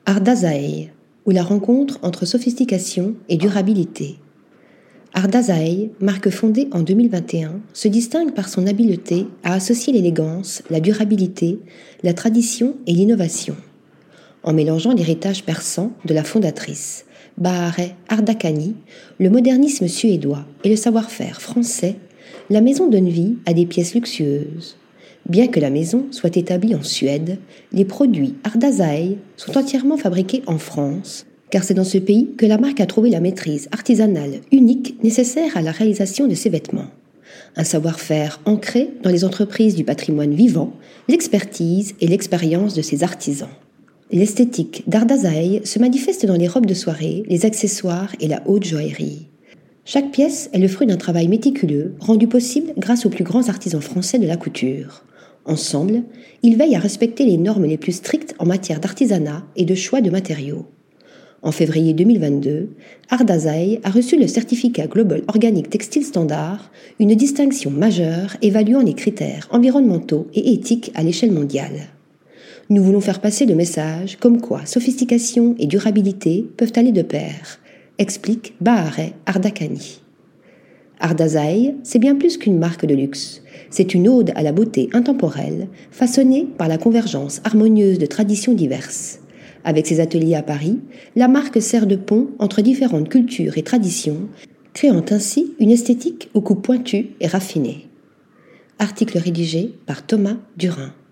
Ardazaey, ou la rencontre entre sophistication et durabilité. Ardazaey, marque fondée en 2021, se distingue par son habileté à associer l'élégance, la durabilité, la tradition et l'innovation. En mélangeant l'héritage persan de la fondatrice, Bahareh Ardakhani, le modernisme suédois et le savoir-faire français, la maison donne vie à des pièces luxueuses. Bien que la maison soit établie en Suède, les produits Ardazaey sont entièrement fabriqués en France, car c'est dans ce pays que la marque a trouvé la maîtrise artisanale unique nécessaire à la réalisation de ses vêtements. Un savoir-faire ancré dans les entreprises du patrimoine vivant, l'expertise et l'expérience de ses artisans. L'esthétique d'Ardazaey se manifeste dans les robes de soirée, les accessoires et la haute joaillerie. Chaque pièce est le fruit d'un travail méticuleux, rendu possible grâce aux plus grands artisans français de la couture. Ensemble, ils veillent à respecter les normes les plus strictes en matière d'artisanat et de choix de matériaux. En février 2022, Ardazaey a reçu le certificat Global Organic Textile Standard, une distinction majeure évaluant les critères environnementaux et éthiques à l'échelle mondiale. Nous voulons faire passer le message comme quoi sophistication et durabilité peuvent aller de pair, explique Bahareh Ardakhani. Ardazaey, c'est bien plus qu'une marque de luxe. C'est une ode à la beauté intemporelle, façonnée par la convergence harmonieuse de traditions diverses. Avec ses ateliers à Paris, la marque sert de pont entre différentes cultures et traditions, créant ainsi une esthétique aux coups pointus et raffinés. Article rédigé par Thomas Durin.